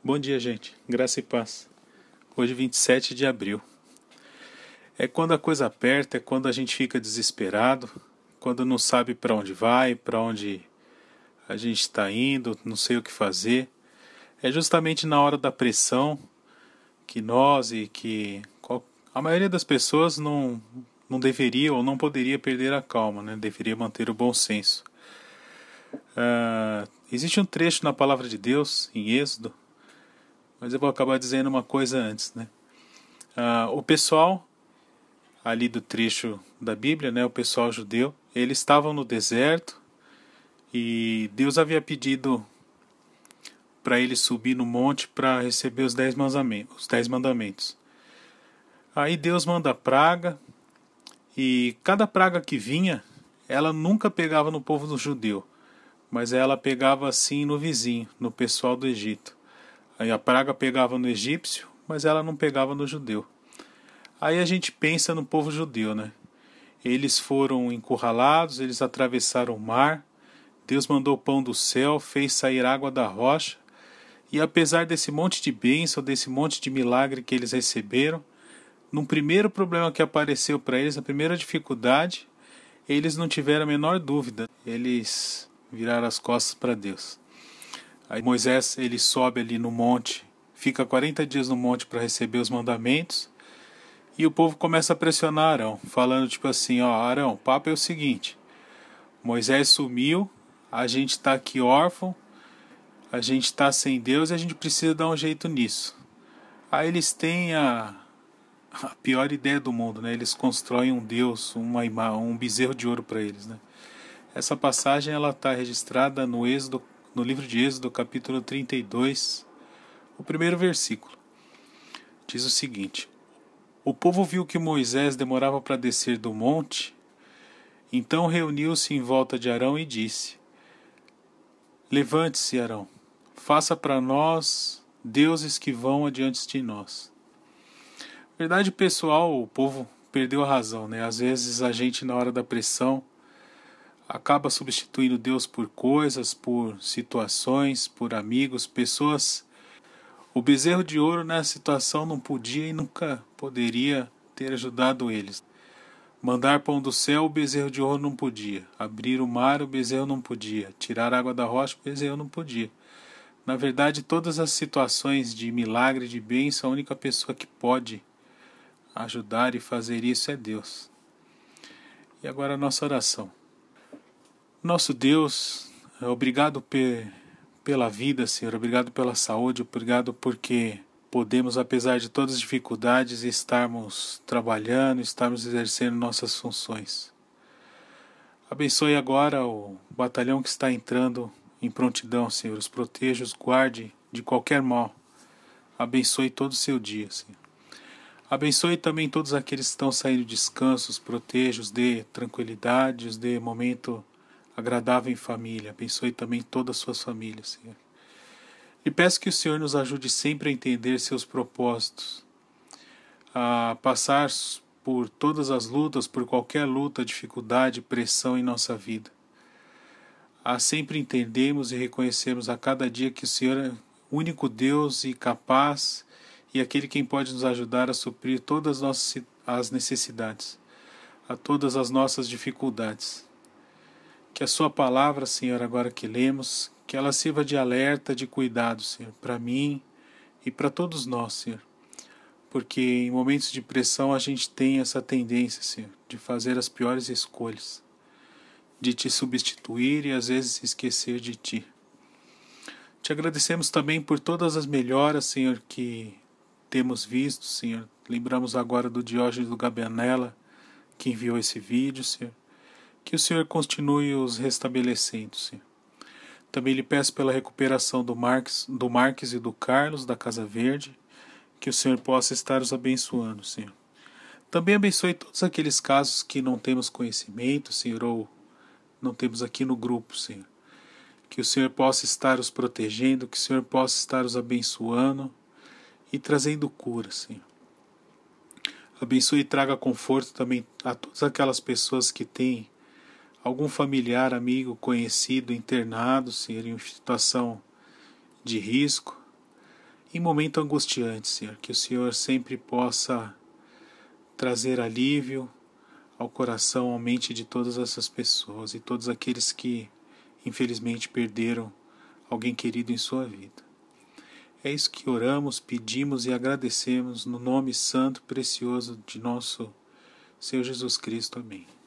Bom dia, gente. Graça e paz. Hoje, 27 de abril. É quando a coisa aperta, é quando a gente fica desesperado, quando não sabe para onde vai, para onde a gente está indo, não sei o que fazer. É justamente na hora da pressão que nós e que a maioria das pessoas não deveria ou não poderia perder a calma, né? Deveria manter o bom senso. Existe um trecho na palavra de Deus, em Êxodo, mas eu vou acabar dizendo uma coisa antes, né? O pessoal ali do trecho da Bíblia, né, o pessoal judeu, eles estavam no deserto e Deus havia pedido para eles subir no monte para receber os 10 mandamentos. Aí Deus manda a praga e cada praga que vinha, ela nunca pegava no povo do judeu, mas ela pegava assim no vizinho, no pessoal do Egito. Aí a praga pegava no egípcio, mas ela não pegava no judeu. Aí a gente pensa no povo judeu, né? Eles foram encurralados, eles atravessaram o mar, Deus mandou pão do céu, fez sair água da rocha, e apesar desse monte de bênção, desse monte de milagre que eles receberam, num primeiro problema que apareceu para eles, a primeira dificuldade, eles não tiveram a menor dúvida, eles viraram as costas para Deus. Aí Moisés, ele sobe ali no monte, fica 40 dias no monte para receber os mandamentos, e o povo começa a pressionar Arão, falando tipo assim, ó, Arão, o papo é o seguinte, Moisés sumiu, a gente está aqui órfão, a gente está sem Deus e a gente precisa dar um jeito nisso. Aí eles têm a pior ideia do mundo, né? Eles constroem um Deus, um bezerro de ouro para eles, né? Essa passagem ela está registrada no livro de Êxodo, capítulo 32, o primeiro versículo. Diz o seguinte: O povo viu que Moisés demorava para descer do monte, então reuniu-se em volta de Arão e disse: Levante-se, Arão, faça para nós deuses que vão adiante de nós. Verdade pessoal, o povo perdeu a razão, né? Às vezes a gente na hora da pressão acaba substituindo Deus por coisas, por situações, por amigos, pessoas. O bezerro de ouro nessa situação não podia e nunca poderia ter ajudado eles. Mandar pão do céu, o bezerro de ouro não podia. Abrir o mar, o bezerro não podia. Tirar água da rocha, o bezerro não podia. Na verdade, todas as situações de milagre, de bênção, a única pessoa que pode ajudar e fazer isso é Deus. E agora a nossa oração. Nosso Deus, obrigado pela vida, Senhor. Obrigado pela saúde. Obrigado porque podemos, apesar de todas as dificuldades, estarmos trabalhando, estarmos exercendo nossas funções. Abençoe agora o batalhão que está entrando em prontidão, Senhor. Os proteja, os guarde de qualquer mal. Abençoe todo o seu dia, Senhor. Abençoe também todos aqueles que estão saindo de descansos, proteja, os dê tranquilidade, os dê momento agradável em família. Abençoe também todas as suas famílias, Senhor. E peço que o Senhor nos ajude sempre a entender seus propósitos, a passar por todas as lutas, por qualquer luta, dificuldade, pressão em nossa vida. A sempre entendermos e reconhecermos a cada dia que o Senhor é o único Deus e capaz e aquele quem pode nos ajudar a suprir todas as necessidades, a todas as nossas dificuldades. Que a sua palavra, Senhor, agora que lemos, que ela sirva de alerta, de cuidado, Senhor, para mim e para todos nós, Senhor. Porque em momentos de pressão a gente tem essa tendência, Senhor, de fazer as piores escolhas, de te substituir e às vezes esquecer de ti. Te agradecemos também por todas as melhoras, Senhor, que temos visto, Senhor. Lembramos agora do Diógenes do Gabenella, que enviou esse vídeo, Senhor. Que o Senhor continue os restabelecendo, Senhor. Também lhe peço pela recuperação do Marques e do Carlos, da Casa Verde, que o Senhor possa estar os abençoando, Senhor. Também abençoe todos aqueles casos que não temos conhecimento, Senhor, ou não temos aqui no grupo, Senhor. Que o Senhor possa estar os protegendo, que o Senhor possa estar os abençoando e trazendo cura, Senhor. Abençoe e traga conforto também a todas aquelas pessoas que têm algum familiar, amigo, conhecido, internado, Senhor, em situação de risco. em momento angustiante, Senhor, que o Senhor sempre possa trazer alívio ao coração, à mente de todas essas pessoas e todos aqueles que infelizmente perderam alguém querido em sua vida. É isso que oramos, pedimos e agradecemos no nome santo e precioso de nosso Senhor Jesus Cristo. Amém.